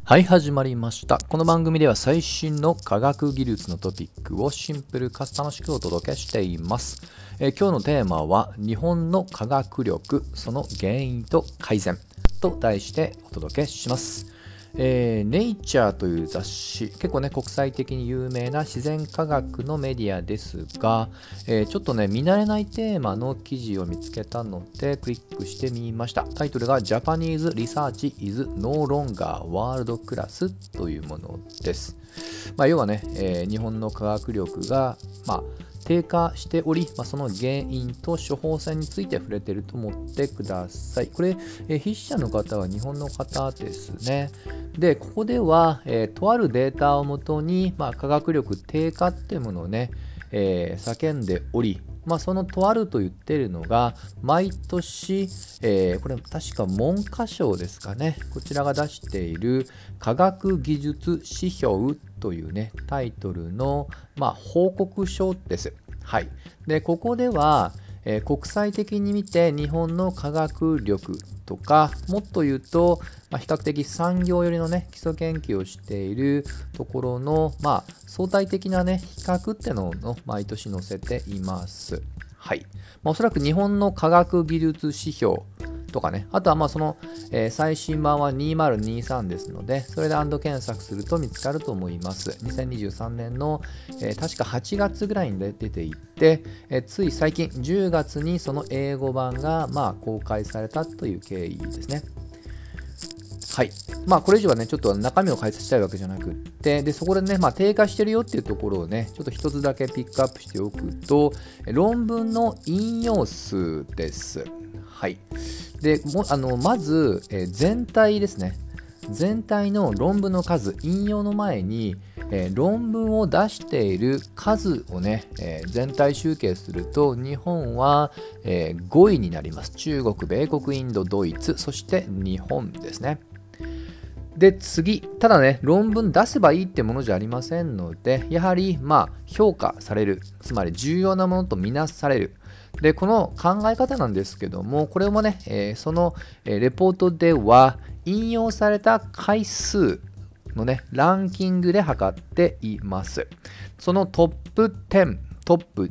はい、始まりました。この番組では最新の科学技術のトピックをシンプルかつ楽しくお届けしています。今日のテーマは日本の科学力、その原因と改善と題してお届けします。ネイチャーという雑誌、結構ね国際的に有名な自然科学のメディアですが、ちょっとね見慣れないテーマの記事を見つけたのでクリックしてみました。タイトルが Japanese Research is no longer world class というものです。要はね、日本の科学力が低下しており、その原因と処方箋について触れていると思ってください。これ、筆者の方は日本の方ですね。で、ここでは、とあるデータをもとに、科学力低下っていうものをね、叫んでおり、そのとあると言っているのが、毎年、これ確か文科省ですかね、こちらが出している科学技術指標というね、タイトルの、報告書です。はい。で、ここでは、国際的に見て日本の科学力とか、もっと言うと、比較的産業寄りのね基礎研究をしているところの、相対的なね比較ってのを毎年載せています。はい。おそらく日本の科学技術指標とかね、あとはその、最新版は2023ですので、それで検索すると見つかると思います。2023年の、確か8月ぐらいに出ていて、つい最近10月にその英語版が公開されたという経緯ですね。はい。これ以上はね、ちょっと中身を解説したいわけじゃなくって、で、そこでね、低下してるよっていうところをね、ちょっと一つだけピックアップしておくと、論文の引用数です。はい。で、まず、全体ですね。全体の論文の数、引用の前に、論文を出している数をね、全体集計すると、日本は、5位になります。中国、米国、インド、ドイツ、そして日本ですね。で、次、ただね、論文出せばいいってものじゃありませんので、やはり、評価される、つまり重要なものとみなされる。で、この考え方なんですけども、これもね、その、レポートでは、引用された回数のね、ランキングで測っています。そのトップ10、トップ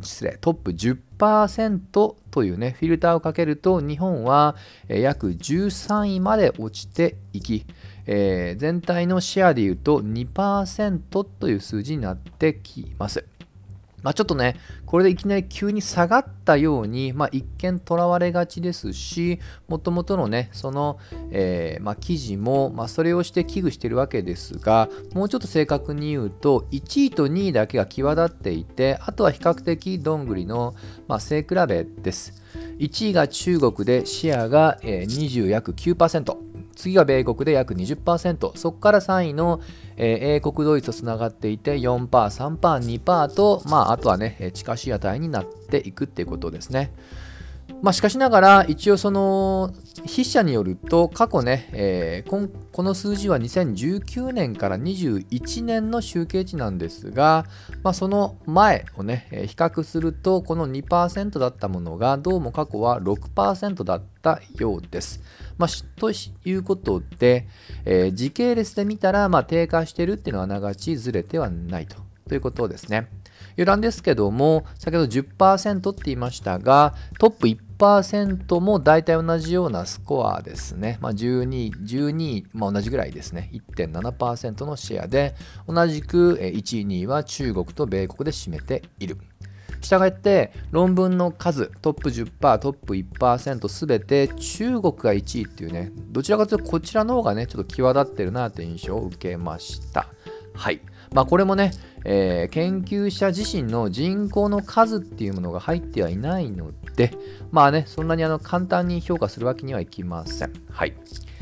10% というね、フィルターをかけると、日本は約13位まで落ちていき、全体のシェアでいうと 2% という数字になってきます。ちょっとね、これでいきなり急に下がったように、一見とらわれがちですし、もともとのね、その、記事も、それをして危惧しているわけですが、もうちょっと正確に言うと、1位と2位だけが際立っていて、あとは比較的どんぐりの、背比べです。1位が中国でシェアが、20約 9%。次が米国で約 20%、そこから3位の、英国ドイツとつながっていて 4%、3%、2% と、あとはね、近しい値になっていくっていうことですね。しかしながら、一応その筆者によると、過去ね、この数字は2019年から21年の集計値なんですが、その前をね、比較すると、この 2% だったものが、どうも過去は 6% だったようです。ということで、時系列で見たら、低下してるっていうのはあながちずれてはないということですね。余談ですけども、先ほど 10% って言いましたが、トップ 1% も大体同じようなスコアですね。12、同じぐらいですね。1.7% のシェアで、同じく1位、2位は中国と米国で占めている。したがって論文の数トップ 10%、トップ 1% すべて中国が1位っていうね、どちらかというとこちらの方がねちょっと際立ってるなという印象を受けました。はい。これもね、研究者自身の人口の数っていうものが入ってはいないので、そんなに簡単に評価するわけにはいきません。はい。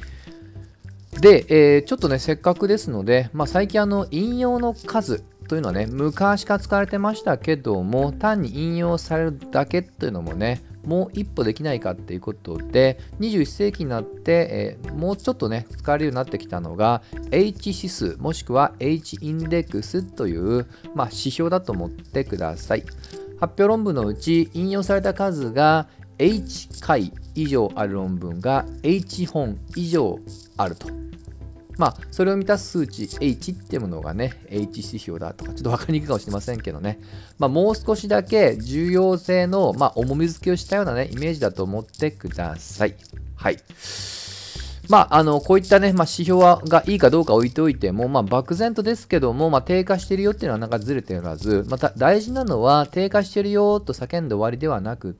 で、ちょっとね、せっかくですので、最近引用の数というのはね、昔から使われてましたけども、単に引用されるだけというのもね、もう一歩できないかっていうことで、21世紀になって、もうちょっとね、使われるようになってきたのが、H 指数もしくは H インデックスという、指標だと思ってください。発表論文のうち引用された数が H 回以上ある論文が H 本以上あるとそれを満たす数値 H っていうものがね、H 指標だとか、ちょっと分かりにくいかもしれませんけどね、もう少しだけ重要性の、重み付けをしたようなね、イメージだと思ってください。はい。こういったね、指標がいいかどうか置いておいても、漠然とですけども、低下してるよっていうのはなんかずれておらず、また大事なのは、低下してるよと叫んで終わりではなくって、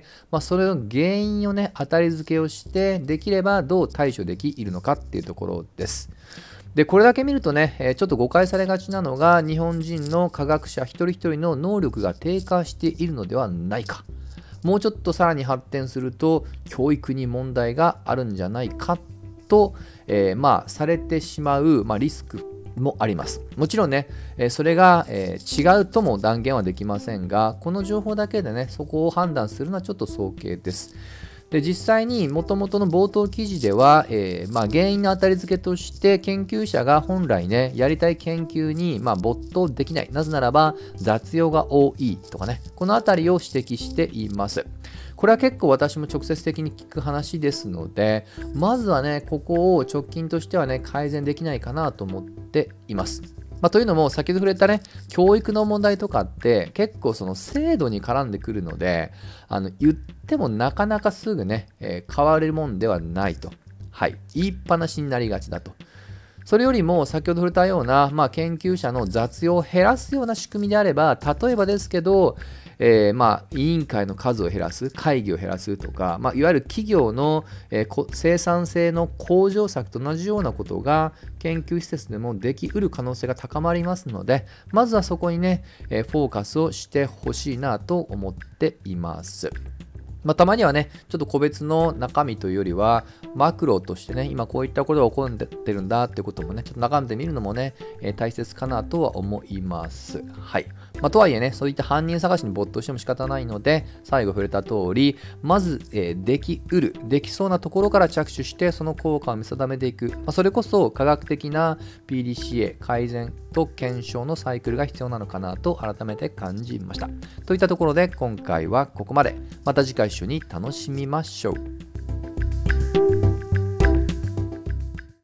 それの原因をね、当たり付けをして、できればどう対処できるのかっていうところです。で、これだけ見るとね、ちょっと誤解されがちなのが、日本人の科学者一人一人の能力が低下しているのではないか。もうちょっとさらに発展すると、教育に問題があるんじゃないかと、されてしまう、リスクもあります。もちろんね、それが、違うとも断言はできませんが、この情報だけでね、そこを判断するのはちょっと早計です。で、実際に元々の冒頭記事では、原因の当たり付けとして研究者が本来ね、やりたい研究に、没頭できない。なぜならば雑用が多いとかね、このあたりを指摘しています。これは結構私も直接的に聞く話ですので、まずはね、ここを直近としてはね、改善できないかなと思っています。というのも、先ほど触れたね、教育の問題とかって結構その制度に絡んでくるので、言ってもなかなかすぐね、変われるもんではないと。はい。言いっぱなしになりがちだと。それよりも先ほど触れたような、研究者の雑用を減らすような仕組みであれば、例えばですけど、委員会の数を減らす、会議を減らすとか、いわゆる企業の、生産性の向上策と同じようなことが研究施設でもできうる可能性が高まりますので、まずはそこにね、フォーカスをしてほしいなと思っています。たまにはね、ちょっと個別の中身というよりは、マクロとしてね、今こういったことが起こってるんだっていうこともね、ちょっと眺めてみるのもね、大切かなとは思います。はい。とはいえね、そういった犯人探しに没頭しても仕方ないので、最後触れた通り、まず、できそうなところから着手して、その効果を見定めていく。それこそ科学的な PDCA 改善と検証のサイクルが必要なのかなと改めて感じました。といったところで、今回はここまで。また次回一緒に楽しみましょう。